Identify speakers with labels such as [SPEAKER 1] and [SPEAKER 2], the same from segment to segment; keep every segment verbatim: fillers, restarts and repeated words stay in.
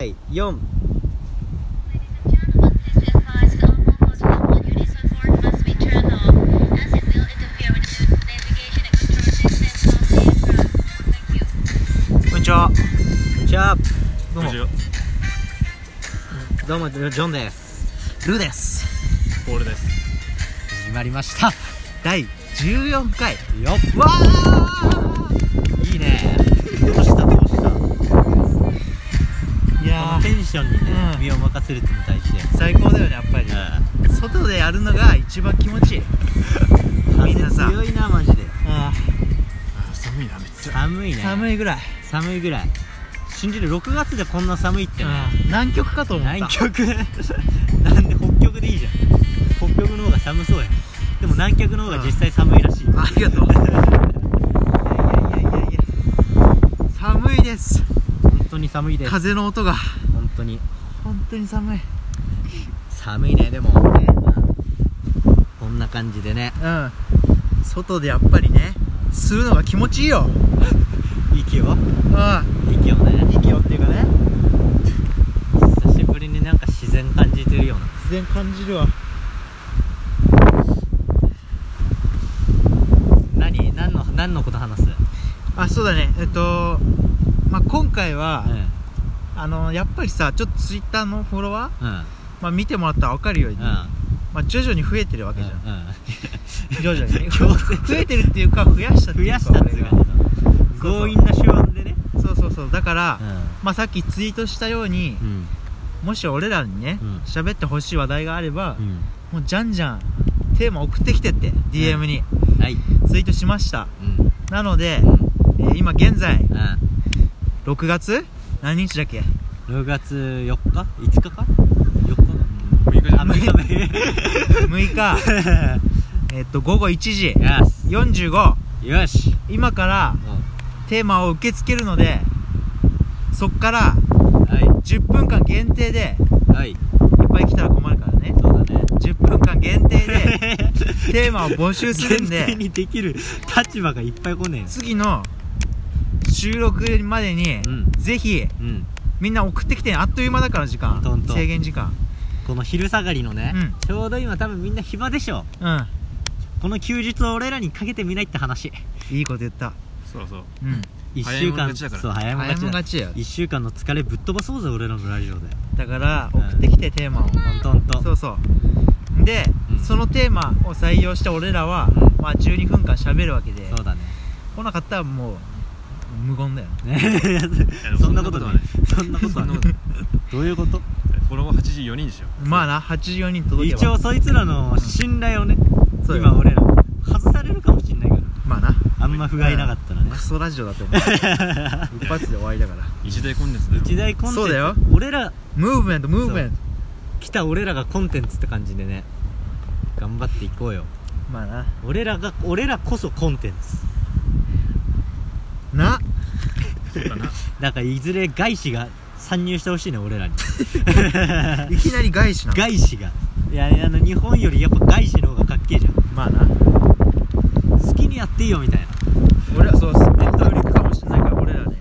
[SPEAKER 1] よん。
[SPEAKER 2] こんにちは。
[SPEAKER 1] こんにちは。
[SPEAKER 2] どうも。
[SPEAKER 1] どうもジョンです。
[SPEAKER 2] ルーです。
[SPEAKER 3] ポールです。
[SPEAKER 1] 始まりました。
[SPEAKER 2] だいじゅうよんかい。
[SPEAKER 1] よっ。
[SPEAKER 2] わー。
[SPEAKER 1] いいね。どうしたどうした。
[SPEAKER 2] いや
[SPEAKER 1] このテンションにね、
[SPEAKER 2] うん
[SPEAKER 1] 身を任せるっての大事だよ。
[SPEAKER 2] 最高だよねやっぱり。外でやるのが一番気持ちいい。みんなさ。
[SPEAKER 1] 強いなマジで。
[SPEAKER 2] あ
[SPEAKER 3] 寒いなめっちゃ。
[SPEAKER 1] 寒いね。
[SPEAKER 2] 寒いぐらい。
[SPEAKER 1] 寒いぐらい。信じる。ろくがつでこんな寒いってね。
[SPEAKER 2] 南極かと思った。
[SPEAKER 1] 南極なんで北極でいいじゃん。北極の方が寒そうやん。でも南極の方が実際寒いらしい。
[SPEAKER 2] ありがとう。いやいやいやいやいや寒いです。
[SPEAKER 1] 本当に寒いです。
[SPEAKER 2] 風の音が
[SPEAKER 1] 本当に
[SPEAKER 2] 本当に寒い。
[SPEAKER 1] 寒いね。でもこんな感じでね、
[SPEAKER 2] うん外でやっぱりね吸うのが気持ちいいよ。
[SPEAKER 1] 息を
[SPEAKER 2] うん
[SPEAKER 1] 息をね、
[SPEAKER 2] 息をっていうかね、
[SPEAKER 1] 久しぶりになんか自然感じてるような。
[SPEAKER 2] 自然感じるわ。
[SPEAKER 1] 何何の何のこと話す？
[SPEAKER 2] あ、そうだね。えっとまあ今回は、
[SPEAKER 1] うん
[SPEAKER 2] あのやっぱりさ、ちょっとツイッターのフォロワー、
[SPEAKER 1] うん
[SPEAKER 2] まあ見てもらったら分かるように、
[SPEAKER 1] うん
[SPEAKER 2] まあ徐々に増えてるわけじゃん。
[SPEAKER 1] うん
[SPEAKER 2] 徐々にね
[SPEAKER 1] 強制
[SPEAKER 2] 増えてるっていうか増やしたっていうか、
[SPEAKER 1] 増やしたっていうかね、強引な手腕でね。
[SPEAKER 2] そうそうそう。だから、
[SPEAKER 1] うん
[SPEAKER 2] まあさっきツイートしたように、
[SPEAKER 1] うん
[SPEAKER 2] もし俺らにね
[SPEAKER 1] うん
[SPEAKER 2] 喋、ってほしい話題があれば、
[SPEAKER 1] うん
[SPEAKER 2] もうじゃんじゃんテーマ送ってきてって ディーエム に
[SPEAKER 1] はい
[SPEAKER 2] ツイートしました。
[SPEAKER 1] うん
[SPEAKER 2] なので、
[SPEAKER 1] うん
[SPEAKER 2] えー今現在
[SPEAKER 1] うん
[SPEAKER 2] ろくがつ何日だっけ？
[SPEAKER 1] ろくがつよっかいつかかよっかか
[SPEAKER 3] むいかじゃ
[SPEAKER 1] あ、
[SPEAKER 3] ん。
[SPEAKER 1] むいかめ
[SPEAKER 2] むいかえっとごごいちじ
[SPEAKER 1] よし
[SPEAKER 2] よんじゅうご。
[SPEAKER 1] よし。
[SPEAKER 2] 今からテーマを受け付けるので、そっから
[SPEAKER 1] は
[SPEAKER 2] じゅっぷんかん限定で
[SPEAKER 1] いはい。
[SPEAKER 2] いっぱい来たら困るからね。
[SPEAKER 1] そうだね。
[SPEAKER 2] じゅっぷんかん限定でテーマを募集するん
[SPEAKER 1] 限定
[SPEAKER 2] で、
[SPEAKER 1] にできる立場がいっぱい来ねえよ。
[SPEAKER 2] 次の収録までに、
[SPEAKER 1] うん
[SPEAKER 2] ぜひ
[SPEAKER 1] うん
[SPEAKER 2] みんな送ってきてね。あっという間だから時間、
[SPEAKER 1] ほんと
[SPEAKER 2] 制限時間。
[SPEAKER 1] この昼下がりのね、
[SPEAKER 2] うん
[SPEAKER 1] ちょうど今多分みんな暇でしょ。
[SPEAKER 2] うん
[SPEAKER 1] この休日を俺らにかけてみないって話。
[SPEAKER 2] いいこと言った。
[SPEAKER 3] そうそう。
[SPEAKER 2] うん
[SPEAKER 1] 一
[SPEAKER 3] 早い
[SPEAKER 1] 週間
[SPEAKER 3] もん勝ちだから
[SPEAKER 1] そう早いもん
[SPEAKER 2] 早いもん
[SPEAKER 1] 勝ちだ。
[SPEAKER 2] 勝ちだよ。
[SPEAKER 1] 一週間の疲れぶっ飛ばそうぜ俺らのラジオで。
[SPEAKER 2] だから
[SPEAKER 1] うん
[SPEAKER 2] 送ってきてテーマを。
[SPEAKER 1] ほんとほんと。
[SPEAKER 2] そうそうで、
[SPEAKER 1] うん
[SPEAKER 2] そのテーマを採用して俺らは、
[SPEAKER 1] うん
[SPEAKER 2] まあじゅうにふんかん喋るわけで、
[SPEAKER 1] そうだね。
[SPEAKER 2] 来なかったらもう無言だよ。
[SPEAKER 1] ねそんなことない。そんなことない。
[SPEAKER 3] そんなことない。
[SPEAKER 1] どういうこと？
[SPEAKER 3] フォロワーはちじゅうよにんでしょ。
[SPEAKER 2] まあな、はちじゅうよにん届けば
[SPEAKER 1] 一応そいつらの信頼をね、
[SPEAKER 2] そうよ
[SPEAKER 1] 今俺ら外されるかもしんないから。
[SPEAKER 2] まあな、
[SPEAKER 1] あんま不甲斐なかったらね
[SPEAKER 2] ク。ソラジオだと思う一発で終わりだから。
[SPEAKER 3] 一大コンテンツだよ。
[SPEAKER 1] 一大コンテンツ。
[SPEAKER 2] そうだよ。
[SPEAKER 1] 俺ら
[SPEAKER 2] ムーブメントムーブメント。
[SPEAKER 1] 来た俺らがコンテンツって感じでね、頑張っていこうよ。
[SPEAKER 2] まあな
[SPEAKER 1] 俺らが俺らこそコンテンツ
[SPEAKER 2] な
[SPEAKER 3] そうだな。
[SPEAKER 1] だからいずれ外資が参入してほしいね俺らに
[SPEAKER 2] いきなり外資なの。
[SPEAKER 1] 外資がいやあの日本よりやっぱ外資の方がかっけえじゃん。
[SPEAKER 2] まあな、
[SPEAKER 1] 好きにやっていいよみたいな。
[SPEAKER 2] 俺はそうネットフリックかもしれないから俺らね、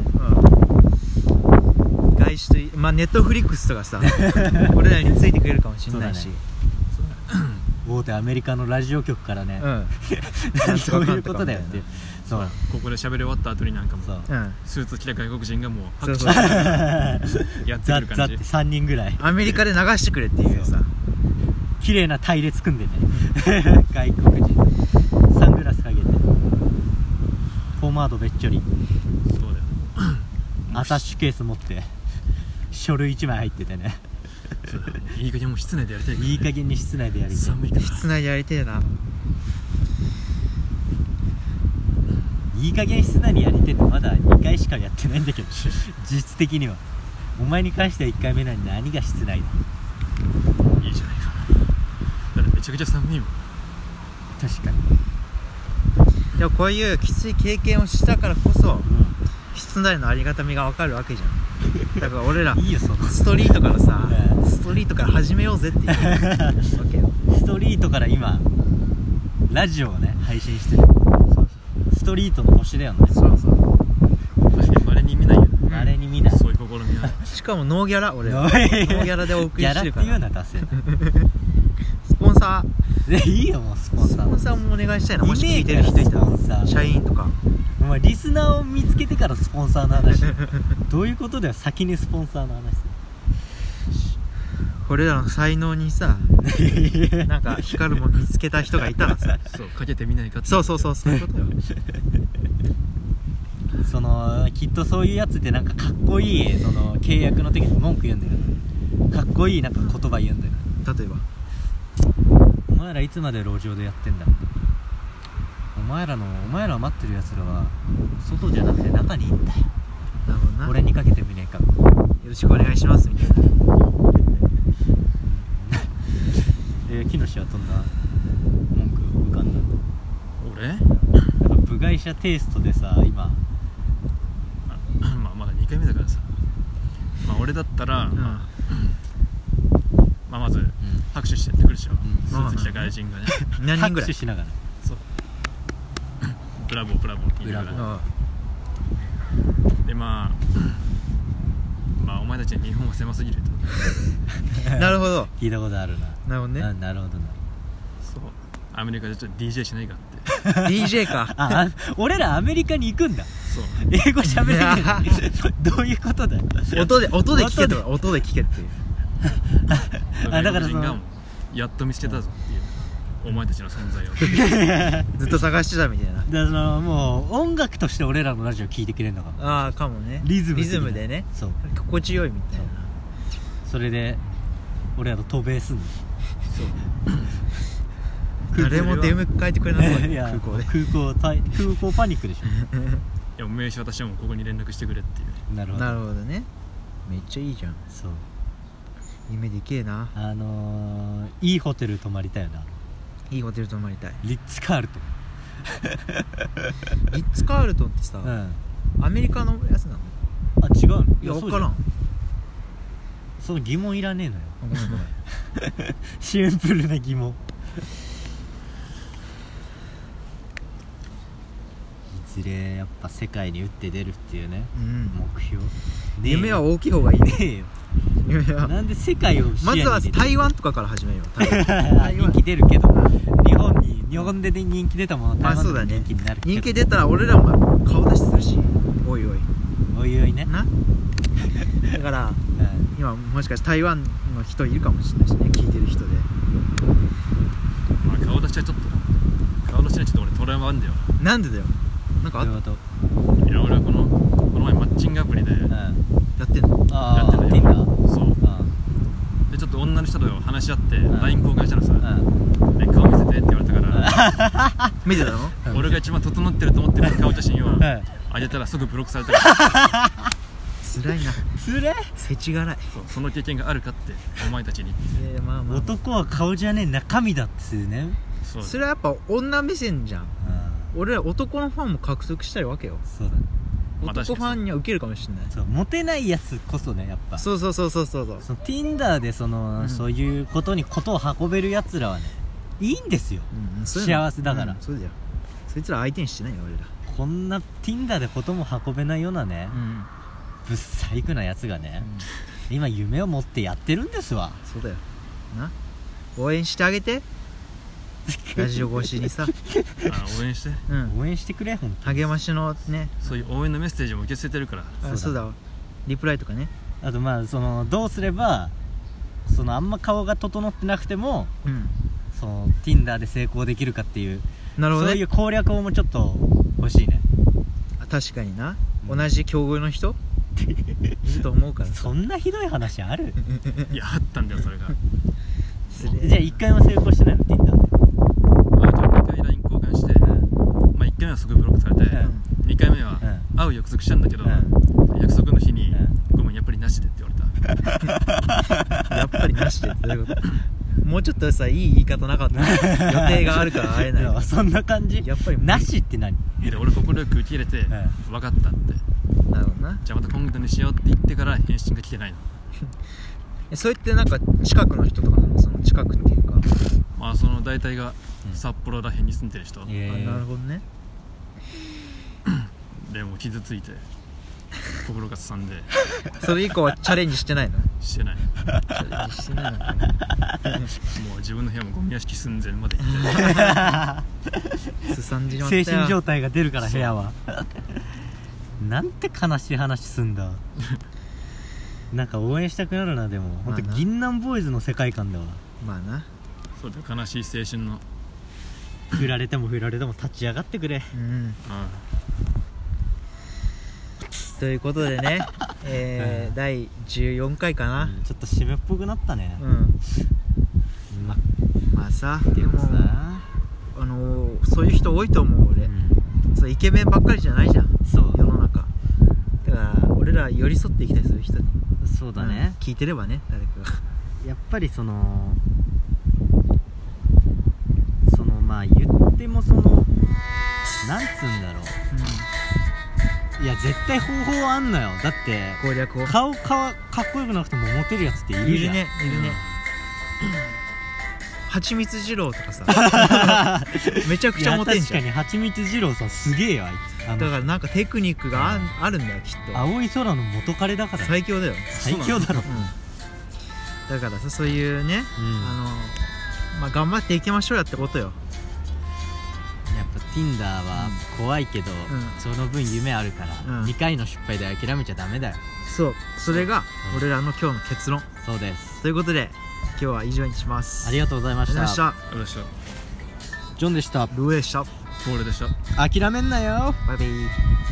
[SPEAKER 2] うん、外資といまあネットフリックスとかさ俺らについてくれるかもしれないし、
[SPEAKER 1] 大手アメリカのラジオ局からね、
[SPEAKER 2] うん
[SPEAKER 1] そういうことだよって。そう
[SPEAKER 3] ここで喋り終わった後になんかも
[SPEAKER 1] そう
[SPEAKER 3] う
[SPEAKER 2] うん
[SPEAKER 3] スーツ着た外国人がもう
[SPEAKER 2] そう
[SPEAKER 3] 拍
[SPEAKER 2] そう
[SPEAKER 3] 手やって
[SPEAKER 1] ザ
[SPEAKER 3] くる感じ
[SPEAKER 1] ッザッって。さんにんぐらい
[SPEAKER 2] アメリカで流してくれっていうさ、
[SPEAKER 1] 綺麗な隊列組んでね外国人サングラスかけてポマードべっちょり
[SPEAKER 3] そうだよ。
[SPEAKER 1] アタッシュケース持って書類いちまい入っててね
[SPEAKER 3] そうだよ。いい加減もう室内でやりたいから。
[SPEAKER 1] いい加減に室内でやりたい。
[SPEAKER 3] 寒いから。
[SPEAKER 2] 室内でやりてえな。
[SPEAKER 1] いい加減室内にやりてってまだにかいしかやってないんだけど実質的にはお前に関してはいっかいめなのに何が室内だ。
[SPEAKER 3] いいじゃないか。だってめちゃくちゃ寒いもん。
[SPEAKER 1] 確かに。
[SPEAKER 2] でもこういうきつい経験をしたからこそ、
[SPEAKER 1] う
[SPEAKER 2] 室内のありがたみが分かるわけじゃん。だから俺ら
[SPEAKER 1] ん、いいよそんな
[SPEAKER 2] ストリートからさ、
[SPEAKER 1] うん
[SPEAKER 2] ストリートから始めようぜっていうわけよ。
[SPEAKER 1] ストリートから今ラジオをね配信してる。ストリートの星だよね。
[SPEAKER 2] そうそう。
[SPEAKER 3] 確かに稀に見ないよね。
[SPEAKER 1] 稀に見ない。
[SPEAKER 3] そういう試試みは
[SPEAKER 2] しかもノーギャラ俺
[SPEAKER 1] ノ
[SPEAKER 2] ノ
[SPEAKER 1] ー
[SPEAKER 2] ーギャラでお送りしてるから
[SPEAKER 1] ギャラっていうのは出せん
[SPEAKER 2] スポンサ
[SPEAKER 1] でいいよもうスポン
[SPEAKER 2] ース
[SPEAKER 1] サー
[SPEAKER 2] ポンサーもお願いしたいな。
[SPEAKER 1] いねえ
[SPEAKER 2] もし聞いてる人いた
[SPEAKER 1] からスポンサー
[SPEAKER 2] ら社員とか
[SPEAKER 1] お前リスナーを見つけてからスポンサーの話どういうことだよ先にスポンサーの話
[SPEAKER 2] 俺らの才能にさなんか光るもん見つけた人がいたらさ
[SPEAKER 3] そうかけてみないかって
[SPEAKER 2] そうそうそうそういうことよ
[SPEAKER 1] そのきっとそういうやつってなんかかっこいいその契約の時に文句言うんだよかっこいいなんか言葉言うんだよ
[SPEAKER 2] 例えば
[SPEAKER 1] お前らいつまで路上でやってんだお前らのお前らを待ってるやつらは外じゃなくて中にいんだよ
[SPEAKER 2] なるほどな。
[SPEAKER 1] 俺にかけてみねえか
[SPEAKER 2] よろしくお願いしますみたいな。
[SPEAKER 1] えー、木下はどんな文句浮かんだ
[SPEAKER 3] 俺
[SPEAKER 1] なんか部外者テイストでさ今
[SPEAKER 3] まあまだにかいめだからさ、まあ俺だったら、
[SPEAKER 2] うん
[SPEAKER 3] まあまあまず
[SPEAKER 1] うん
[SPEAKER 3] 拍手してやってくるでしょ、
[SPEAKER 1] ん
[SPEAKER 3] スーツ着た外人がね
[SPEAKER 2] 何人ぐらい
[SPEAKER 1] 拍手しながら
[SPEAKER 3] そうブラボーブラボーって言いなが
[SPEAKER 1] ブラボ
[SPEAKER 3] ら
[SPEAKER 2] あ
[SPEAKER 3] でまあまあお前たちは日本は狭すぎると
[SPEAKER 2] あなるほど
[SPEAKER 1] 聞いたことあるな
[SPEAKER 2] なるほどね
[SPEAKER 1] あなるほどな
[SPEAKER 3] そうアメリカでちょっと ディージェー しないかって
[SPEAKER 2] ディージェー か
[SPEAKER 1] ああ俺らアメリカに行くんだ
[SPEAKER 3] そう
[SPEAKER 1] 英語喋れるどういうことだよ
[SPEAKER 2] 音で音で聞けとか音で聞けっていう
[SPEAKER 1] あだからその
[SPEAKER 3] 外国人がもうやっと見つけたぞっていうお前たちの存在を
[SPEAKER 2] ずっと探してたみたいな。
[SPEAKER 1] だからそのもう音楽として俺らのラジオ聞いてくれるのかも
[SPEAKER 2] ああかもね。
[SPEAKER 1] リズム的な
[SPEAKER 2] リズムでね
[SPEAKER 1] そう
[SPEAKER 2] 心地よいみたいな。
[SPEAKER 1] それで俺らと渡米すんの
[SPEAKER 2] 誰も出迎えてくれなかった
[SPEAKER 1] いや
[SPEAKER 2] 空港で。
[SPEAKER 1] 空港パイ空港パニックでしょ
[SPEAKER 3] いや名刺私はもうここに連絡してくれっていう
[SPEAKER 1] なるほど
[SPEAKER 2] なるほどね。めっちゃいいじゃん。
[SPEAKER 1] そう
[SPEAKER 2] 夢でけえな。
[SPEAKER 1] あのー、いいホテル泊まりたいよない
[SPEAKER 2] いホテル泊まりたい。
[SPEAKER 1] リッツカールト
[SPEAKER 2] リッツカールトンってさ、
[SPEAKER 1] ンうん
[SPEAKER 2] アメリカのやつなの？
[SPEAKER 1] あ違うの
[SPEAKER 2] いや
[SPEAKER 1] そうじゃ
[SPEAKER 2] 分からん。
[SPEAKER 1] その疑問いらねえのよ
[SPEAKER 2] ごめんごめん。
[SPEAKER 1] シンプルな疑問いずれやっぱ世界に打って出るっていうね
[SPEAKER 2] うん。
[SPEAKER 1] 目標ねえよ
[SPEAKER 2] 夢は大きい方がいいね。
[SPEAKER 1] ねえよ
[SPEAKER 2] 夢は。
[SPEAKER 1] なんで世界を視野
[SPEAKER 2] まずは
[SPEAKER 1] に入れて
[SPEAKER 2] 台湾とかから始めよう。台湾台
[SPEAKER 1] 人
[SPEAKER 2] 湾
[SPEAKER 1] 気出るけど日本に日本で人気出たもの台湾でも
[SPEAKER 2] まあそうだね
[SPEAKER 1] 人気になるけど
[SPEAKER 2] 人気出たら俺らも顔出しするし、おいおい
[SPEAKER 1] おいおいね
[SPEAKER 2] な。だから
[SPEAKER 1] うん
[SPEAKER 2] 今もしかして台湾の人いるかもしれないしね、聞いてる人で。
[SPEAKER 3] まあ顔出しはちょっと顔出しはちょっと俺トラウマあんだよ
[SPEAKER 2] なんでだよ。なんかあっ
[SPEAKER 1] どういうこと
[SPEAKER 3] いや俺はこのこの前マッチングアプリで
[SPEAKER 1] うん
[SPEAKER 2] やってんの？
[SPEAKER 1] ああ
[SPEAKER 3] やってたよ
[SPEAKER 1] Tinder
[SPEAKER 3] そう
[SPEAKER 1] うん
[SPEAKER 3] でちょっと女の人と話し合って
[SPEAKER 1] ん
[SPEAKER 3] ライン 交換したらさ
[SPEAKER 1] うん
[SPEAKER 3] で顔見せてって言われたから
[SPEAKER 2] 見てたの？
[SPEAKER 1] うん
[SPEAKER 3] 俺が一番整ってると思ってる顔写真を
[SPEAKER 1] うん
[SPEAKER 3] あげたら即ブロックされたよ
[SPEAKER 2] 辛いな。
[SPEAKER 1] つれ
[SPEAKER 2] 世知辛い。
[SPEAKER 3] そうその経験があるかってお前たちに
[SPEAKER 2] いやまあまあ
[SPEAKER 1] 男は顔じゃねえ中身だっつうね
[SPEAKER 3] そう
[SPEAKER 2] それはやっぱ女目線じゃん。
[SPEAKER 1] うん
[SPEAKER 2] 俺ら男のファンも獲得したいわけよ。
[SPEAKER 1] そうだ
[SPEAKER 3] まあ
[SPEAKER 2] 男ファンには受けるかもしれない。
[SPEAKER 1] そうモテないやつこそねやっぱ
[SPEAKER 2] そうそうそうそうそうそう。
[SPEAKER 1] その Tinder でその、
[SPEAKER 2] うん
[SPEAKER 1] そういうことにことを運べるやつらはねいいんですよ
[SPEAKER 2] うんそういうの
[SPEAKER 1] 幸せだから
[SPEAKER 2] うんそうだよ。そいつら相手にしてないよ俺ら。
[SPEAKER 1] こんな Tinder でことも運べないようなね、
[SPEAKER 2] うん
[SPEAKER 1] ぶっ細工なやつがね、今夢を持ってやってるんですわ
[SPEAKER 2] そうだよな。応援してあげて。ラジオ越しにさ、
[SPEAKER 3] あ応援して
[SPEAKER 2] うん、
[SPEAKER 1] 応援してくれほんと
[SPEAKER 2] 励ましのね、
[SPEAKER 3] そういう応援のメッセージも受け付けてるから
[SPEAKER 2] あそうだわ、リプライとかね。
[SPEAKER 1] あとまあそのどうすればそのあんま顔が整ってなくても
[SPEAKER 2] うん
[SPEAKER 1] その Tinder で成功できるかっていう
[SPEAKER 2] なるほどね。
[SPEAKER 1] そういう攻略法もちょっと欲しいね
[SPEAKER 2] あ確かにな、
[SPEAKER 1] うん
[SPEAKER 2] 同じ境遇の人いると思うからさ。
[SPEAKER 1] そんなひどい話ある
[SPEAKER 3] いやあったんだよそれが
[SPEAKER 2] つれえ
[SPEAKER 1] じゃあいっかいも成功してないの Tinder で
[SPEAKER 3] まあじゃあにかい ライン 交換して、まあ、いっかいめはすぐブロックされて、
[SPEAKER 1] うん
[SPEAKER 3] にかいめは
[SPEAKER 1] うん
[SPEAKER 3] 会う約束したんだけど、
[SPEAKER 1] う
[SPEAKER 3] 約束の日に、
[SPEAKER 1] う
[SPEAKER 3] ごめんやっぱりなしでって言われた
[SPEAKER 2] やっぱりなしでってどういうこともうちょっとさ、いい言い方なかった予定があるから会えない
[SPEAKER 1] やそんな感じ
[SPEAKER 2] やっぱり
[SPEAKER 1] なしって何
[SPEAKER 3] で俺快く受け入れて、
[SPEAKER 1] う
[SPEAKER 3] 分かったって
[SPEAKER 2] なるほどな。
[SPEAKER 3] じゃあまた今度にしようって言ってから返信が来てないの
[SPEAKER 2] えそれってなんか近くの人とかなの？その近くっていうか、
[SPEAKER 3] まあその大体が
[SPEAKER 1] うん
[SPEAKER 3] 札幌らへんに住んでる人、
[SPEAKER 1] え
[SPEAKER 2] あなるほどね。
[SPEAKER 3] でもう傷ついて心がすさんで
[SPEAKER 2] それ以降はチャレンジしてないの？
[SPEAKER 3] してない。
[SPEAKER 2] チャレンジしてないのかな。
[SPEAKER 3] もう自分の部屋もゴミ屋敷寸前まで行って
[SPEAKER 2] すさんじまったよ。
[SPEAKER 1] 精神状態が出るから部屋はなんて悲しい話すんだなんか応援したくなるな。でもほんと
[SPEAKER 2] まあな
[SPEAKER 1] 銀杏ボーイズの世界観だわ。
[SPEAKER 2] まあな。
[SPEAKER 3] そうだよ、悲しい青春の。
[SPEAKER 1] 振られても振られても立ち上がってくれ。
[SPEAKER 2] うん
[SPEAKER 3] あ
[SPEAKER 2] ということでね、えー、だいじゅうよんかいかな。
[SPEAKER 1] うんちょっと締めっぽくなったね。
[SPEAKER 2] うん
[SPEAKER 1] ま
[SPEAKER 2] まあさ、
[SPEAKER 1] でもさ、
[SPEAKER 2] あのー、そういう人多いと思う俺、
[SPEAKER 1] う
[SPEAKER 2] そうイケメンばっかりじゃないじゃん
[SPEAKER 1] ん、そう
[SPEAKER 2] 世の中だから俺ら寄り添っていきたい、そういう人に。
[SPEAKER 1] そうだね、
[SPEAKER 2] うん聞いてればね、誰かが。
[SPEAKER 1] やっぱりそのそのまあ言ってもそのなんつうんだろう、いや絶対方法あんのよ。だって
[SPEAKER 2] 攻略を
[SPEAKER 1] 顔かかっこよくなくてもモテるやつっているじゃん。
[SPEAKER 2] いるねいるね。はちみつ二郎とかさめちゃく
[SPEAKER 1] いや
[SPEAKER 2] ちゃモテんじゃん。
[SPEAKER 1] 確かにはちみつ二郎さんすげえよあいつ。あの
[SPEAKER 2] だからなんかテクニックがあ,、あるんだよきっと。
[SPEAKER 1] 青い空の元彼だから
[SPEAKER 2] 最強だよ。
[SPEAKER 1] 最強だろ。
[SPEAKER 2] うん、だからさ、そういうね、
[SPEAKER 1] うん
[SPEAKER 2] あのまあ頑張っていきましょうやってことよ。
[SPEAKER 1] やっぱ Tinder は怖いけど、
[SPEAKER 2] ん
[SPEAKER 1] その分夢あるから、
[SPEAKER 2] うん
[SPEAKER 1] にかいの失敗で諦めちゃダメだよ。
[SPEAKER 2] そう、それが
[SPEAKER 1] うん
[SPEAKER 2] 俺らの今日の結論
[SPEAKER 1] そうです。
[SPEAKER 2] ということで、今日は以上にします。
[SPEAKER 1] ありがとうございました。
[SPEAKER 2] ありがとうございまし
[SPEAKER 3] ありがとうございまし
[SPEAKER 1] ジョンでした。
[SPEAKER 2] た。ルエでした。
[SPEAKER 3] た。ボールでした。
[SPEAKER 1] 諦めんなよ。
[SPEAKER 2] バイバイ。